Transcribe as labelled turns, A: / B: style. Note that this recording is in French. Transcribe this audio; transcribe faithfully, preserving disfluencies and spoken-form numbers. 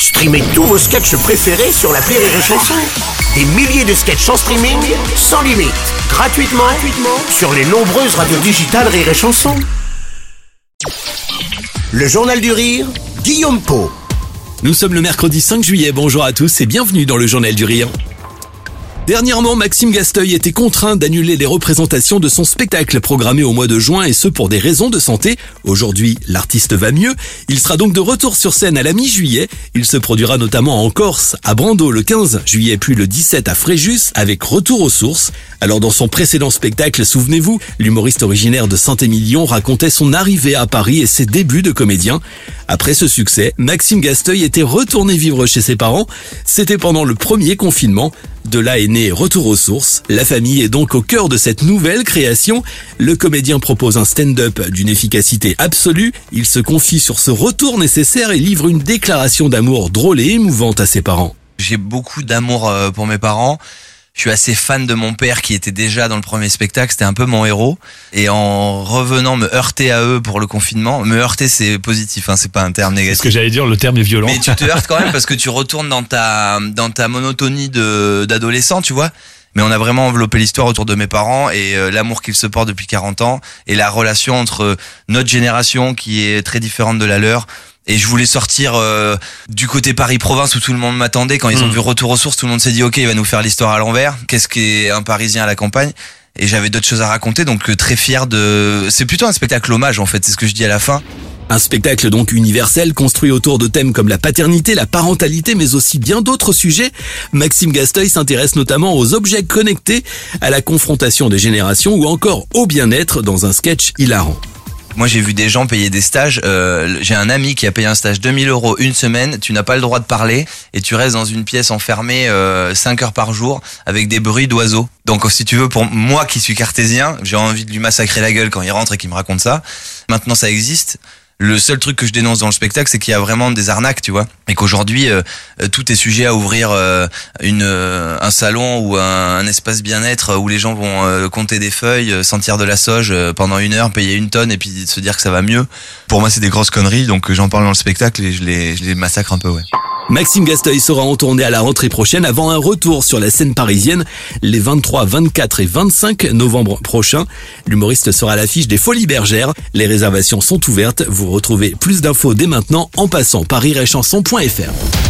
A: Streamez tous vos sketchs préférés sur l'appli Rire et Chanson. Des milliers de sketchs en streaming, sans limite, gratuitement, gratuitement sur les nombreuses radios digitales Rire et Chanson. Le Journal du Rire, Guillaume Pau.
B: Nous sommes le mercredi cinq juillet, bonjour à tous et bienvenue dans le Journal du Rire. Dernièrement, Maxime Gasteuil était contraint d'annuler les représentations de son spectacle programmé au mois de juin et ce pour des raisons de santé. Aujourd'hui, l'artiste va mieux. Il sera donc de retour sur scène à la mi-juillet. Il se produira notamment en Corse, à Brando le quinze juillet puis le dix-sept à Fréjus avec Retour aux sources. Alors dans son précédent spectacle, souvenez-vous, l'humoriste originaire de Saint-Émilion racontait son arrivée à Paris et ses débuts de comédien. Après ce succès, Maxime Gasteuil était retourné vivre chez ses parents. C'était pendant le premier confinement. De là est né Retour aux sources. La famille est donc au cœur de cette nouvelle création. Le comédien propose un stand-up d'une efficacité absolue. Il se confie sur ce retour nécessaire et livre une déclaration d'amour drôle et émouvante à ses parents.
C: J'ai beaucoup d'amour pour mes parents. Je suis assez fan de mon père qui était déjà dans le premier spectacle, c'était un peu mon héros. Et en revenant me heurter à eux pour le confinement, me heurter c'est positif, hein, c'est pas un terme négatif.
D: C'est ce que j'allais dire, le terme est violent.
C: Mais tu te heurtes quand même parce que tu retournes dans ta dans ta monotonie de d'adolescent, tu vois. Mais on a vraiment enveloppé l'histoire autour de mes parents et euh, l'amour qu'ils se portent depuis quarante ans et la relation entre notre génération qui est très différente de la leur. Et je voulais sortir euh, du côté Paris-Province où tout le monde m'attendait. Quand ils ont mmh. vu Retour aux sources, tout le monde s'est dit « Ok, il va nous faire l'histoire à l'envers. Qu'est-ce qu'est un Parisien à la campagne ?» Et j'avais d'autres choses à raconter, donc euh, très fier de... C'est plutôt un spectacle hommage, en fait, c'est ce que je dis à la fin.
B: Un spectacle donc universel, construit autour de thèmes comme la paternité, la parentalité, mais aussi bien d'autres sujets. Maxime Gasteuil s'intéresse notamment aux objets connectés, à la confrontation des générations ou encore au bien-être dans un sketch hilarant.
C: Moi, j'ai vu des gens payer des stages. Euh, j'ai un ami qui a payé un stage deux mille euros une semaine. Tu n'as pas le droit de parler et tu restes dans une pièce enfermée euh, cinq heures par jour avec des bruits d'oiseaux. Donc, si tu veux, pour moi qui suis cartésien, j'ai envie de lui massacrer la gueule quand il rentre et qu'il me raconte ça. Maintenant, ça existe. Le seul truc que je dénonce dans le spectacle, c'est qu'il y a vraiment des arnaques, tu vois, et qu'aujourd'hui euh, tout est sujet à ouvrir euh, une euh, un salon ou un, un espace bien-être où les gens vont euh, compter des feuilles, euh, sentir de la sauge euh, pendant une heure, payer une tonne et puis se dire que ça va mieux. Pour moi, c'est des grosses conneries, donc j'en parle dans le spectacle et je les je les massacre un peu, ouais.
B: Maxime Gasteuil sera en tournée à la rentrée prochaine avant un retour sur la scène parisienne les vingt-trois, vingt-quatre et vingt-cinq novembre prochains. L'humoriste sera à l'affiche des Folies Bergères. Les réservations sont ouvertes. Vous retrouvez plus d'infos dès maintenant en passant par rire et chanson point f r.